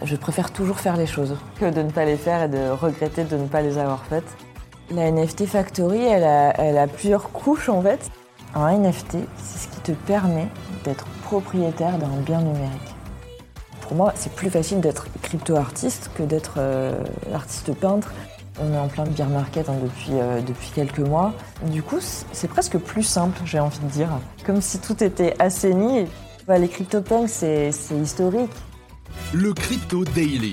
Je préfère toujours faire les choses que de ne pas les faire et de regretter de ne pas les avoir faites. La NFT Factory, elle a plusieurs couches en fait. Un NFT, c'est ce qui te permet d'être propriétaire d'un bien numérique. Pour moi, c'est plus facile d'être crypto-artiste que d'être artiste peintre. On est en plein bear market depuis quelques mois. Du coup, c'est presque plus simple, j'ai envie de dire. Comme si tout était assaini. Les CryptoPunks, c'est historique. Le Crypto Daily.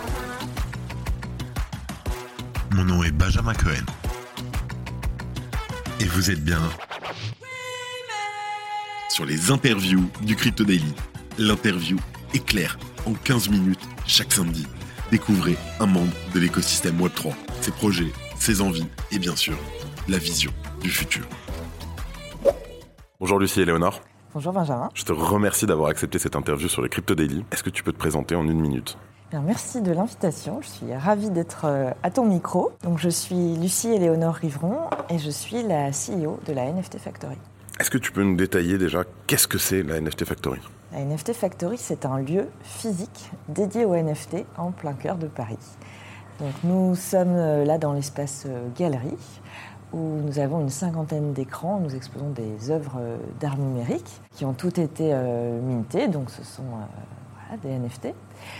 Mon nom est Benjamin Cohen. Et vous êtes bien sur les interviews du Crypto Daily. L'interview est claire, en 15 minutes chaque samedi. Découvrez un membre de l'écosystème Web3, ses projets, ses envies et bien sûr, la vision du futur. Bonjour Lucie et Léonore. Bonjour Benjamin. Je te remercie d'avoir accepté cette interview sur le Crypto Daily. Est-ce que tu peux te présenter en 1 minute ? Bien, merci de l'invitation. Je suis ravie d'être à ton micro. Donc, je suis Lucie Éléonore Rivron et je suis la CEO de la NFT Factory. Est-ce que tu peux nous détailler déjà qu'est-ce que c'est la NFT Factory ? La NFT Factory, c'est un lieu physique dédié aux NFT en plein cœur de Paris. Donc, nous sommes là dans l'espace galerie où nous avons une 50aine d'écrans. Nous exposons des œuvres d'art numérique qui ont toutes été mintées, donc ce sont des NFT.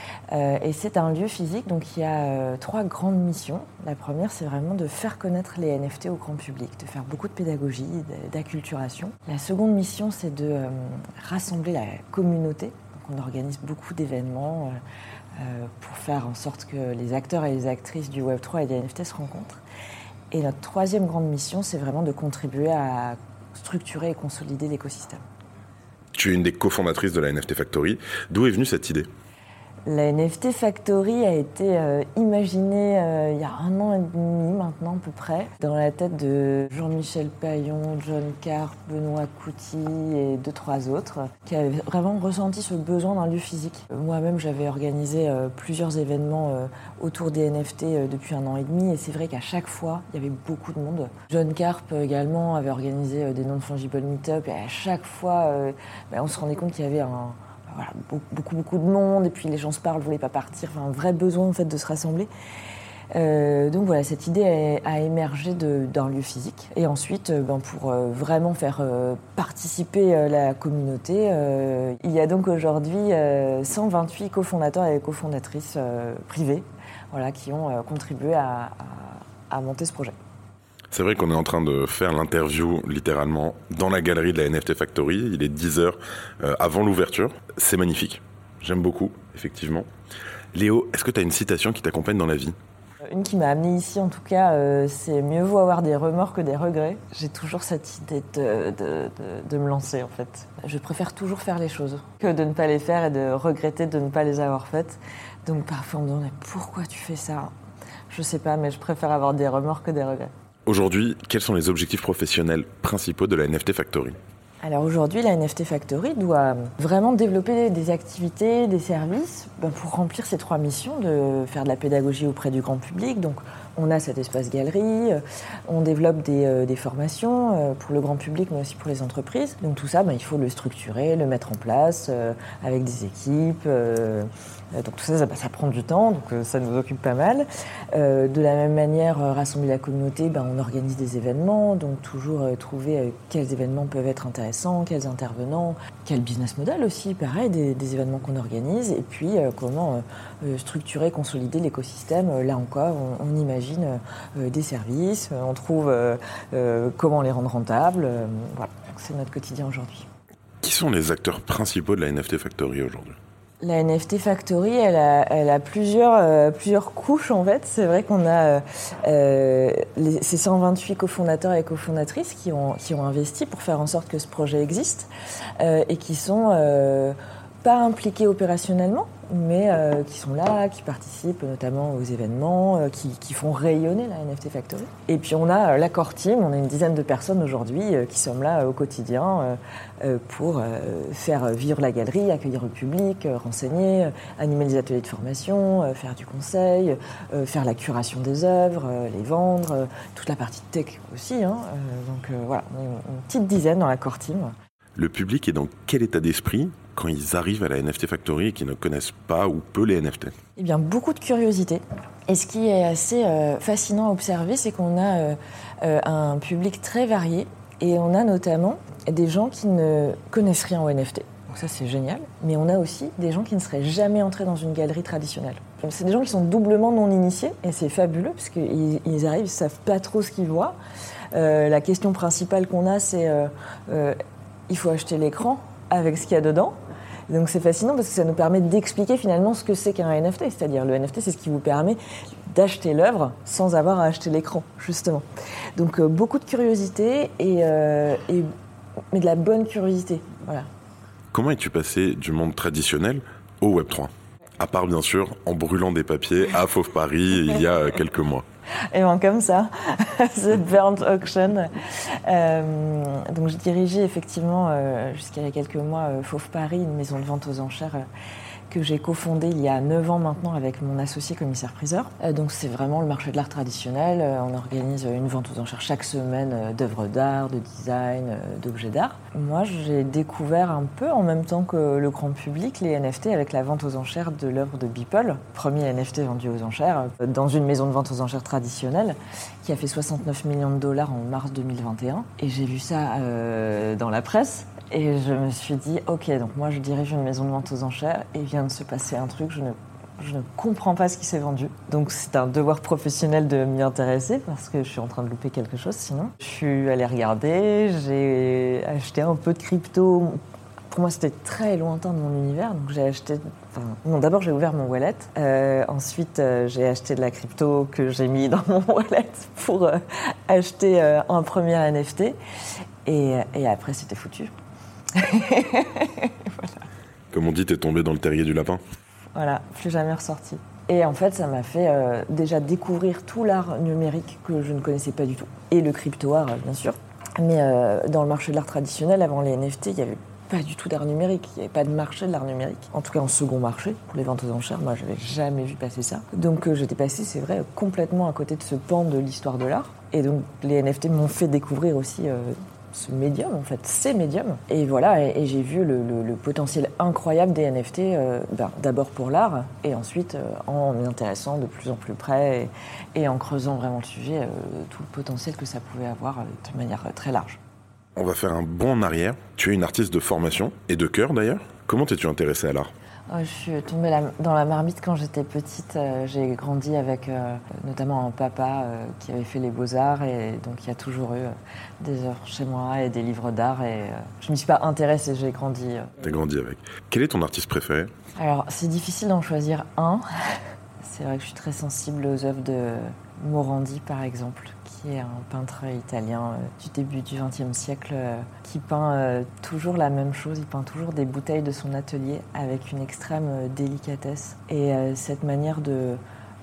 Et c'est un lieu physique donc qui a 3 grandes missions. La première, c'est vraiment de faire connaître les NFT au grand public, de faire beaucoup de pédagogie, d'acculturation. La seconde mission, c'est de rassembler la communauté. Donc on organise beaucoup d'événements pour faire en sorte que les acteurs et les actrices du Web3 et des NFT se rencontrent. Et notre troisième grande mission, c'est vraiment de contribuer à structurer et consolider l'écosystème. Tu es une des cofondatrices de la NFT Factory. D'où est venue cette idée ? La NFT Factory a été imaginée il y a 1 an et demi maintenant à peu près, dans la tête de Jean-Michel Payon, John Carp, Benoît Couty et 2-3 autres, qui avaient vraiment ressenti ce besoin d'un lieu physique. Moi-même, j'avais organisé plusieurs événements autour des NFT depuis 1 an et demi, et c'est vrai qu'à chaque fois, il y avait beaucoup de monde. John Carp également avait organisé des non-fungible meet-up, et à chaque fois, on se rendait compte qu'il y avait beaucoup de monde, et puis les gens se parlent, ne voulaient pas partir, un vrai besoin en fait de se rassembler. Donc voilà, cette idée a émergé d'un lieu physique. Et ensuite, pour vraiment faire participer la communauté, il y a donc aujourd'hui 128 cofondateurs et cofondatrices privés qui ont contribué à monter ce projet. C'est vrai qu'on est en train de faire l'interview littéralement dans la galerie de la NFT Factory. Il est 10h avant l'ouverture. C'est magnifique. J'aime beaucoup, effectivement. Léo, est-ce que tu as une citation qui t'accompagne dans la vie ? Une qui m'a amenée ici, en tout cas, c'est « Mieux vaut avoir des remords que des regrets ». J'ai toujours cette idée de me lancer, en fait. Je préfère toujours faire les choses que de ne pas les faire et de regretter de ne pas les avoir faites. Donc parfois, on me demande « Pourquoi tu fais ça ?» Je sais pas, mais je préfère avoir des remords que des regrets. Aujourd'hui, quels sont les objectifs professionnels principaux de la NFT Factory ? Alors aujourd'hui, la NFT Factory doit vraiment développer des activités, des services pour remplir ces 3 missions, de faire de la pédagogie auprès du grand public. Donc on a cet espace galerie, on développe des formations pour le grand public mais aussi pour les entreprises. Donc tout ça, il faut le structurer, le mettre en place avec des équipes. Donc tout ça, ça prend du temps, donc ça nous occupe pas mal. De la même manière, rassembler la communauté, on organise des événements, donc toujours trouver quels événements peuvent être intéressants, quels intervenants, quel business model aussi, pareil, des événements qu'on organise, et puis comment structurer, consolider l'écosystème. Là encore, on imagine des services, on trouve comment les rendre rentables. Voilà, donc c'est notre quotidien aujourd'hui. Qui sont les acteurs principaux de la NFT Factory aujourd'hui ? La NFT Factory, elle a plusieurs couches en fait. C'est vrai qu'on a ces 128 cofondateurs et cofondatrices qui ont investi pour faire en sorte que ce projet existe et qui sont pas impliqués opérationnellement, mais qui sont là, qui participent notamment aux événements, qui font rayonner la NFT Factory. Et puis on a la core team, on a une dizaine de personnes aujourd'hui qui sommes là au quotidien pour faire vivre la galerie, accueillir le public, renseigner, animer les ateliers de formation, faire du conseil, faire la curation des œuvres, les vendre, toute la partie tech aussi. Donc voilà, une petite dizaine dans la core team. Le public est dans quel état d'esprit quand ils arrivent à la NFT Factory et qu'ils ne connaissent pas ou peu les NFT? Eh bien, beaucoup de curiosité. Et ce qui est assez fascinant à observer, c'est qu'on a un public très varié. Et on a notamment des gens qui ne connaissent rien au NFT. Donc ça, c'est génial. Mais on a aussi des gens qui ne seraient jamais entrés dans une galerie traditionnelle. Donc, c'est des gens qui sont doublement non initiés. Et c'est fabuleux, parce qu'ils arrivent, ils ne savent pas trop ce qu'ils voient. La question principale qu'on a, c'est il faut acheter l'écran avec ce qu'il y a dedans. Donc c'est fascinant parce que ça nous permet d'expliquer finalement ce que c'est qu'un NFT. C'est-à-dire le NFT, c'est ce qui vous permet d'acheter l'œuvre sans avoir à acheter l'écran, justement. Donc beaucoup de curiosité mais de la bonne curiosité. Voilà. Comment es-tu passé du monde traditionnel au Web3 ? À part bien sûr en brûlant des papiers à Fauve Paris il y a quelques mois. Et bien comme ça, The Burnt Auction. Donc je dirigeais effectivement jusqu'à il y a quelques mois Fauve Paris, une maison de vente aux enchères que j'ai cofondée il y a 9 ans maintenant avec mon associé commissaire-priseur. Donc c'est vraiment le marché de l'art traditionnel. On organise une vente aux enchères chaque semaine d'œuvres d'art, de design, d'objets d'art. Moi j'ai découvert un peu en même temps que le grand public les NFT avec la vente aux enchères de l'œuvre de Beeple, premier NFT vendu aux enchères dans une maison de vente aux enchères traditionnelle qui a fait 69 millions de dollars en mars 2021. Et j'ai vu ça dans la presse. Et je me suis dit, ok, donc moi je dirige une maison de vente aux enchères et il vient de se passer un truc, je ne comprends pas ce qui s'est vendu. Donc c'est un devoir professionnel de m'y intéresser parce que je suis en train de louper quelque chose sinon. Je suis allée regarder, j'ai acheté un peu de crypto. Pour moi c'était très lointain de mon univers, donc j'ai acheté... d'abord j'ai ouvert mon wallet, ensuite j'ai acheté de la crypto que j'ai mis dans mon wallet pour acheter un premier NFT et après c'était foutu. Voilà. Comme on dit, t'es tombé dans le terrier du lapin. Voilà, plus jamais ressorti. Et en fait, ça m'a fait déjà découvrir tout l'art numérique que je ne connaissais pas du tout. Et le crypto-art, bien sûr. Mais dans le marché de l'art traditionnel, avant les NFT, il n'y avait pas du tout d'art numérique. Il n'y avait pas de marché de l'art numérique. En tout cas, en second marché, pour les ventes aux enchères, moi, je n'avais jamais vu passer ça. Donc, j'étais passée, c'est vrai, complètement à côté de ce pan de l'histoire de l'art. Et donc, les NFT m'ont fait découvrir aussi... ce médium, en fait, ces médiums. Et voilà, et j'ai vu le potentiel incroyable des NFT, d'abord pour l'art, et ensuite en m'y intéressant de plus en plus près et en creusant vraiment le sujet, tout le potentiel que ça pouvait avoir de manière très large. On va faire un bond en arrière. Tu es une artiste de formation, et de cœur d'ailleurs. Comment t'es-tu intéressée à l'art ? Je suis tombée dans la marmite quand j'étais petite. J'ai grandi avec notamment un papa qui avait fait les beaux-arts et donc il y a toujours eu des œuvres chez moi et des livres d'art et je ne me suis pas intéressée, j'ai grandi. T'as grandi avec. Quel est ton artiste préféré ? Alors c'est difficile d'en choisir un. C'est vrai que je suis très sensible aux œuvres de Morandi par exemple, qui est un peintre italien du début du XXe siècle qui peint toujours la même chose. Il peint toujours des bouteilles de son atelier avec une extrême délicatesse. Et cette manière de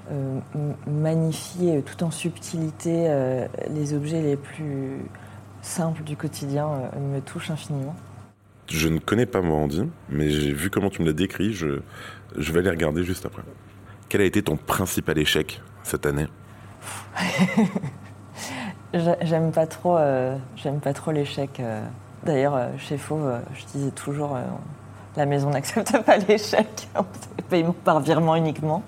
magnifier tout en subtilité les objets les plus simples du quotidien me touche infiniment. Je ne connais pas Morandi, mais j'ai vu comment tu me l'as décrit. Je vais les regarder juste après. Quel a été ton principal échec cette année ? J'aime pas trop l'échec. D'ailleurs, chez Fauve, je disais toujours la maison n'accepte pas l'échec. C'est paiement par virement uniquement.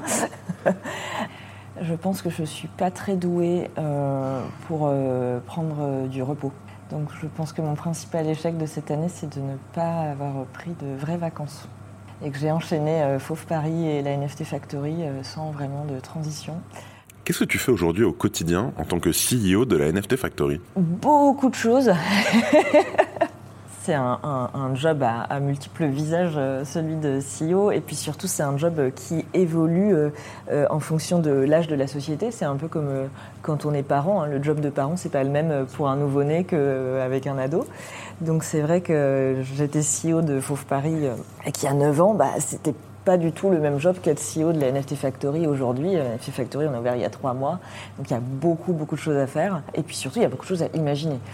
Je pense que je suis pas très douée pour prendre du repos. Donc je pense que mon principal échec de cette année, c'est de ne pas avoir pris de vraies vacances. Et que j'ai enchaîné Fauve Paris et la NFT Factory sans vraiment de transition. Qu'est-ce que tu fais aujourd'hui au quotidien en tant que CEO de la NFT Factory ? Beaucoup de choses. C'est un job à multiples visages, celui de CEO. Et puis surtout, c'est un job qui évolue en fonction de l'âge de la société. C'est un peu comme quand on est parent. Le job de parent, c'est pas le même pour un nouveau-né qu'avec un ado. Donc c'est vrai que j'étais CEO de Fauve Paris et qu'il y a 9 ans, c'était pas du tout le même job qu'être CEO de la NFT Factory aujourd'hui. La NFT Factory, on a ouvert il y a 3 mois, donc il y a beaucoup de choses à faire. Et puis surtout, il y a beaucoup de choses à imaginer.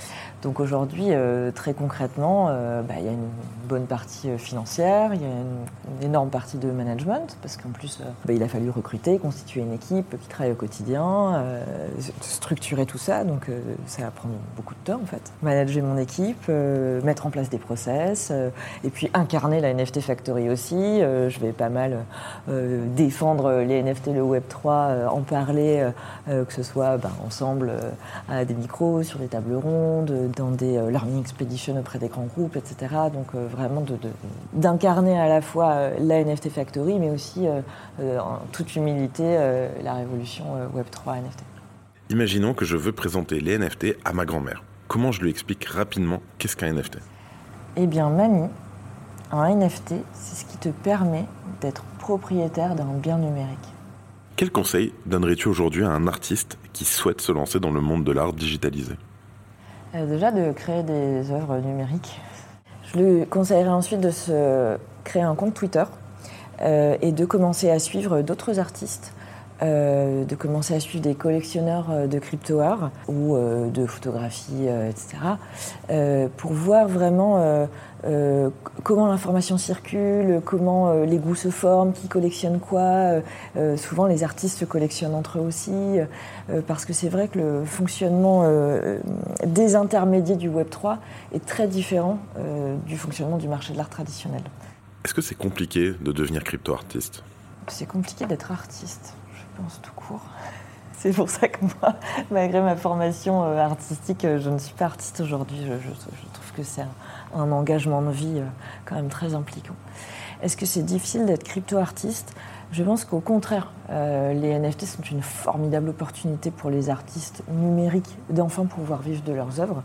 Donc aujourd'hui, très concrètement, il y a une bonne partie financière, il y a une énorme partie de management, parce qu'en plus, il a fallu recruter, constituer une équipe qui travaille au quotidien, structurer tout ça, donc ça va prendre beaucoup de temps en fait. Manager mon équipe, mettre en place des process, et puis incarner la NFT Factory aussi. Je vais pas mal défendre les NFT, le Web3, en parler, que ce soit ensemble à des micros, sur des tables rondes, dans des learning expeditions auprès des grands groupes, etc. Donc vraiment d'incarner à la fois la NFT Factory, mais aussi en toute humilité la révolution Web3 NFT. Imaginons que je veux présenter les NFT à ma grand-mère. Comment je lui explique rapidement qu'est-ce qu'un NFT ? Eh bien, mamie, un NFT, c'est ce qui te permet d'être propriétaire d'un bien numérique. Quel conseil donnerais-tu aujourd'hui à un artiste qui souhaite se lancer dans le monde de l'art digitalisé ? Déjà de créer des œuvres numériques. Je lui conseillerais ensuite de se créer un compte Twitter et de commencer à suivre d'autres artistes, de commencer à suivre des collectionneurs de crypto-art ou de photographie, etc. Pour voir vraiment comment l'information circule, comment les goûts se forment, qui collectionne quoi. Souvent les artistes se collectionnent entre eux aussi, parce que c'est vrai que le fonctionnement désintermédié du Web3 est très différent du fonctionnement du marché de l'art traditionnel. Est-ce que c'est compliqué de devenir crypto-artiste ? C'est compliqué d'être artiste, je pense tout court. C'est pour ça que moi, malgré ma formation artistique, je ne suis pas artiste aujourd'hui. Je trouve que c'est un engagement de vie quand même très impliquant. Est-ce que c'est difficile d'être crypto-artiste ? Je pense qu'au contraire, les NFT sont une formidable opportunité pour les artistes numériques d'enfin pouvoir vivre de leurs œuvres.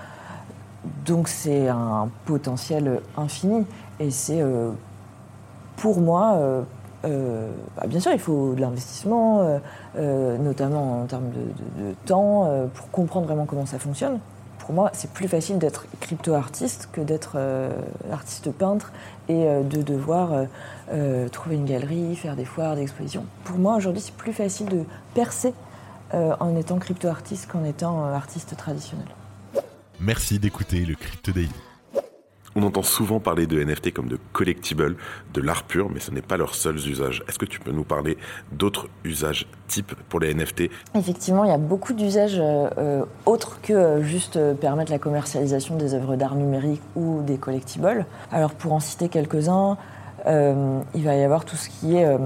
Donc c'est un potentiel infini. Et c'est, pour moi, bien sûr, il faut de l'investissement, notamment en termes de temps, pour comprendre vraiment comment ça fonctionne. Pour moi, c'est plus facile d'être crypto-artiste que d'être artiste peintre et de devoir trouver une galerie, faire des foires, des expositions. Pour moi, aujourd'hui, c'est plus facile de percer en étant crypto-artiste qu'en étant artiste traditionnel. Merci d'écouter le Crypto Daily. On entend souvent parler de NFT comme de collectibles, de l'art pur, mais ce n'est pas leurs seuls usages. Est-ce que tu peux nous parler d'autres usages types pour les NFT ? Effectivement, il y a beaucoup d'usages autres que juste permettre la commercialisation des œuvres d'art numérique ou des collectibles. Alors pour en citer quelques-uns, il va y avoir tout ce qui est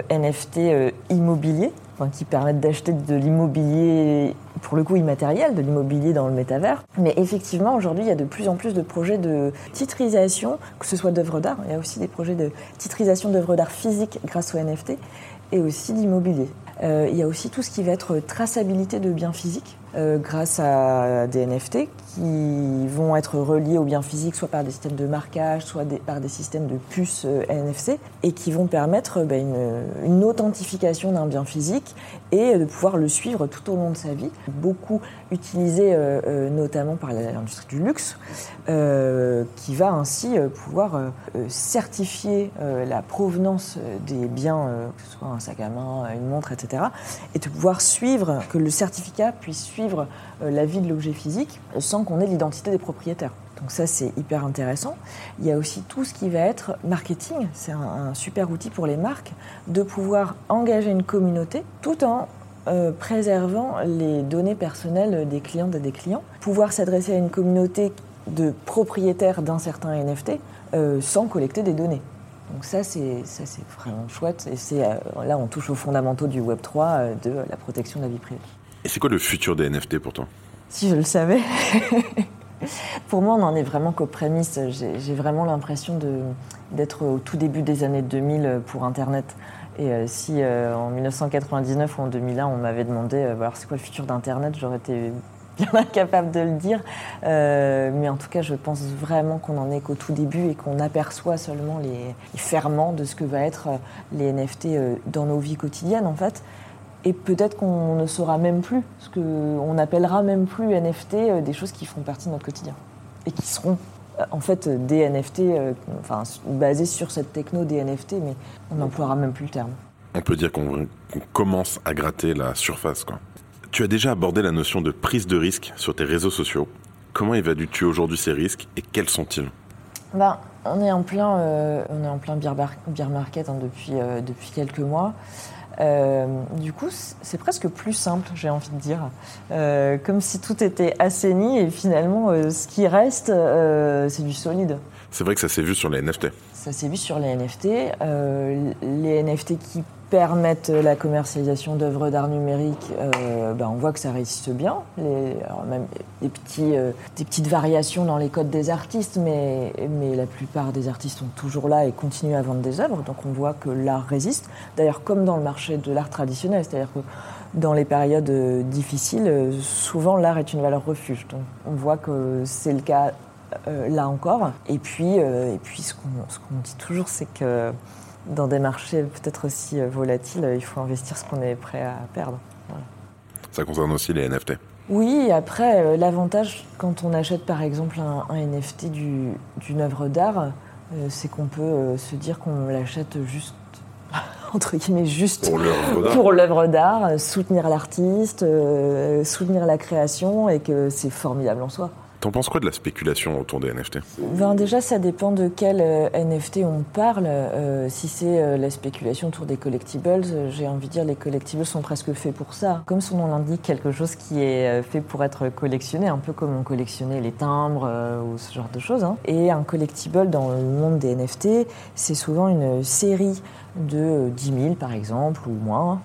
NFT immobilier, qui permettent d'acheter de l'immobilier, pour le coup immatériel, de l'immobilier dans le métavers. Mais effectivement, aujourd'hui, il y a de plus en plus de projets de titrisation, que ce soit d'œuvres d'art. Il y a aussi des projets de titrisation d'œuvres d'art physiques grâce aux NFT et aussi d'immobilier. Il y a aussi tout ce qui va être traçabilité de biens physiques grâce à des NFT qui vont être reliés aux biens physiques soit par des systèmes de marquage, soit par des systèmes de puces NFC et qui vont permettre une authentification d'un bien physique et de pouvoir le suivre tout au long de sa vie. Beaucoup utilisé notamment par l'industrie du luxe qui va ainsi pouvoir certifier la provenance des biens, que ce soit un sac à main, une montre, etc. et de pouvoir suivre, que le certificat puisse suivre la vie de l'objet physique sans qu'on ait l'identité des propriétaires. Donc ça, c'est hyper intéressant. Il y a aussi tout ce qui va être marketing. C'est un super outil pour les marques de pouvoir engager une communauté tout en préservant les données personnelles des clientes et des clients. Pouvoir s'adresser à une communauté de propriétaires d'un certain NFT sans collecter des données. Donc ça, c'est vraiment chouette. Et là, on touche aux fondamentaux du Web3 de la protection de la vie privée. Et c'est quoi le futur des NFT pour toi ? Si je le savais. Pour moi, on n'en est vraiment qu'aux prémices. J'ai vraiment l'impression d'être au tout début des années 2000 pour Internet. Et si en 1999 ou en 2001, on m'avait demandé alors c'est quoi le futur d'Internet, j'aurais été bien incapable de le dire. Mais en tout cas, je pense vraiment qu'on n'en est qu'au tout début et qu'on aperçoit seulement les ferments de ce que va être les NFT dans nos vies quotidiennes, en fait. Et peut-être qu'on ne saura même plus, ce qu'on n'appellera même plus NFT, des choses qui font partie de notre quotidien. Et qui seront en fait des NFT, basés sur cette techno des NFT, mais on n'emploiera même plus le terme. On peut dire qu'on commence à gratter la surface, quoi. Tu as déjà abordé la notion de prise de risque sur tes réseaux sociaux. Comment évalues-tu aujourd'hui ces risques et quels sont-ils ? On est en plein bear market depuis quelques mois. Du coup, c'est presque plus simple, j'ai envie de dire. Comme si tout était assaini et finalement, ce qui reste, c'est du solide. C'est vrai que ça s'est vu sur les NFT. Ça s'est vu sur les NFT. Les NFT qui permettent la commercialisation d'œuvres d'art numérique, on voit que ça résiste bien. Alors même des petites variations dans les codes des artistes, mais la plupart des artistes sont toujours là et continuent à vendre des œuvres. Donc on voit que l'art résiste. D'ailleurs, comme dans le marché de l'art traditionnel, c'est-à-dire que dans les périodes difficiles, souvent l'art est une valeur refuge. Donc on voit que c'est le cas là encore. Et puis ce qu'on dit toujours, c'est que dans des marchés peut-être aussi volatiles, il faut investir ce qu'on est prêt à perdre. Voilà. Ça concerne aussi les NFT. Oui, après, l'avantage quand on achète par exemple un NFT d'une œuvre d'art, c'est qu'on peut se dire qu'on l'achète juste, entre guillemets, juste pour l'œuvre d'art, soutenir l'artiste, soutenir la création et que c'est formidable en soi. T'en penses quoi de la spéculation autour des NFT ? Déjà, ça dépend de quel NFT on parle. Si c'est la spéculation autour des collectibles, j'ai envie de dire les collectibles sont presque faits pour ça. Comme son nom l'indique, quelque chose qui est fait pour être collectionné, un peu comme on collectionnait les timbres ou ce genre de choses. Et un collectible dans le monde des NFT, c'est souvent une série de 10 000 par exemple, ou moins,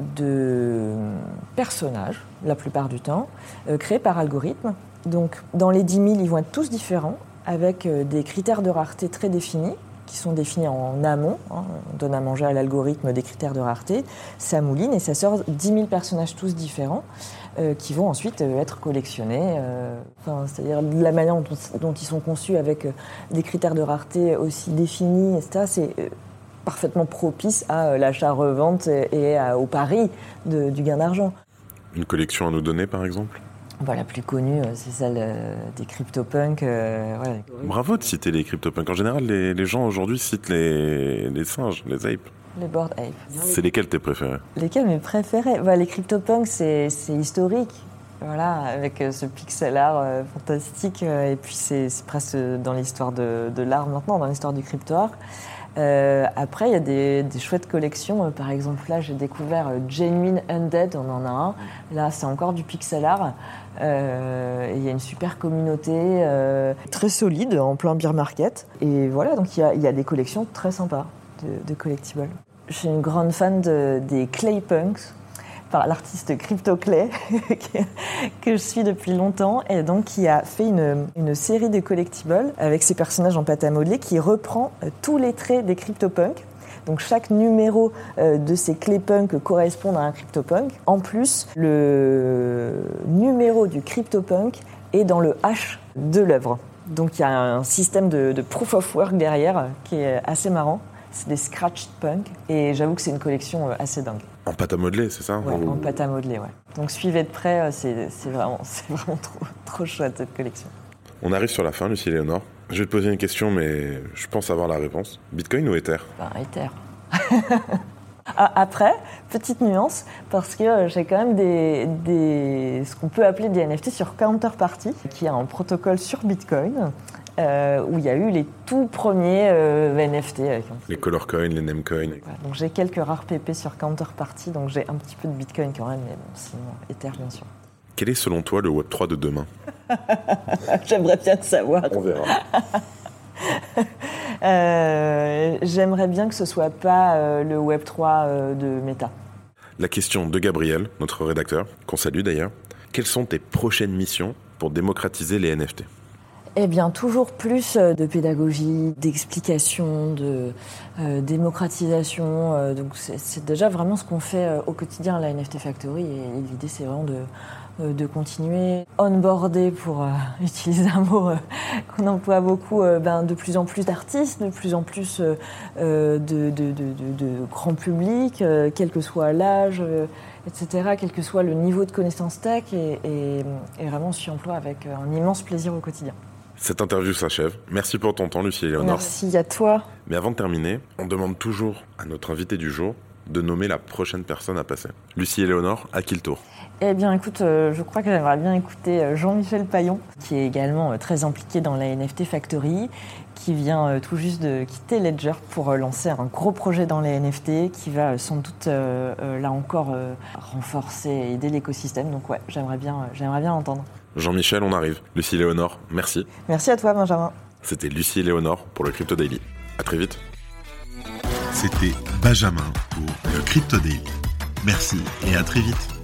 de personnages, la plupart du temps, créés par algorithme. Donc, dans les 10 000, ils vont être tous différents, avec des critères de rareté très définis, qui sont définis en amont. On donne à manger à l'algorithme des critères de rareté, ça mouline et ça sort 10 000 personnages tous différents, qui vont ensuite être collectionnés. C'est-à-dire la manière dont ils sont conçus, avec des critères de rareté aussi définis, etc., c'est parfaitement propice à l'achat-revente et au pari du gain d'argent. Une collection à nous donner, par exemple ? La plus connue, c'est celle des CryptoPunks. Voilà. Bravo de citer les CryptoPunks. En général, les gens aujourd'hui citent les singes, les apes. Les bored apes. C'est lesquels tes préférés ? Lesquels mes préférés ? Les CryptoPunks, c'est historique. Voilà, avec ce pixel art fantastique. Et puis c'est presque dans l'histoire de l'art maintenant, dans l'histoire du crypto-art. Après, il y a des chouettes collections. Par exemple, là, j'ai découvert Genuine Undead, on en a un. Là, c'est encore du pixel art. Il y a une super communauté très solide, en plein bear market. Et voilà, donc il y a des collections très sympas de collectibles. Je suis une grande fan des Claypunks, par l'artiste CryptoClay, que je suis depuis longtemps, et donc qui a fait une série de collectibles avec ses personnages en pâte à modeler qui reprend tous les traits des CryptoPunks. Donc chaque numéro de ces Claypunks correspond à un CryptoPunk. En plus, le numéro du CryptoPunk est dans le hash de l'œuvre. Donc il y a un système de proof of work derrière qui est assez marrant. C'est des scratched punk et j'avoue que c'est une collection assez dingue. En pâte à modeler, c'est ça ? Ouais, en pâte à modeler, ouais. Donc suivez de près, c'est vraiment trop chouette cette collection. On arrive sur la fin, Lucie Léonore. Je vais te poser une question, mais je pense avoir la réponse. Bitcoin ou Ether ? Ether. Après, petite nuance, parce que j'ai quand même ce qu'on peut appeler des NFT sur Counterparty, qui est un protocole sur Bitcoin, où il y a eu les tout premiers NFT. Les color coins, les name coins. Voilà, donc j'ai quelques rares PP sur Counterparty, donc j'ai un petit peu de Bitcoin quand même, mais bon, sinon Ether bien sûr. Quel est selon toi le Web3 de demain ? J'aimerais bien te savoir. On verra. J'aimerais bien que ce soit pas le Web3 de Meta. La question de Gabriel, notre rédacteur, qu'on salue d'ailleurs. Quelles sont tes prochaines missions pour démocratiser les NFT ? Eh bien, toujours plus de pédagogie, d'explication, de démocratisation. Donc, c'est déjà vraiment ce qu'on fait au quotidien à la NFT Factory. Et l'idée, c'est vraiment de continuer. Onboarder, pour utiliser un mot qu'on emploie beaucoup, de plus en plus d'artistes, de plus en plus de grand public, quel que soit l'âge, etc., quel que soit le niveau de connaissance tech. Et vraiment, on s'y emploie avec un immense plaisir au quotidien. Cette interview s'achève. Merci pour ton temps, Lucie Léonore. Merci à toi. Mais avant de terminer, on demande toujours à notre invité du jour de nommer la prochaine personne à passer. Lucie et Léonore, à qui le tour ? Eh bien, écoute, je crois que j'aimerais bien écouter Jean-Michel Paillon, qui est également très impliqué dans la NFT Factory, qui vient tout juste de quitter Ledger pour lancer un gros projet dans les NFT, qui va sans doute, là encore, renforcer et aider l'écosystème. Donc ouais, j'aimerais bien l'entendre. Jean-Michel, on arrive. Lucie et Léonore, merci. Merci à toi, Benjamin. C'était Lucie et Léonore pour le Crypto Daily. À très vite. C'était Benjamin pour le Crypto Daily. Merci et à très vite.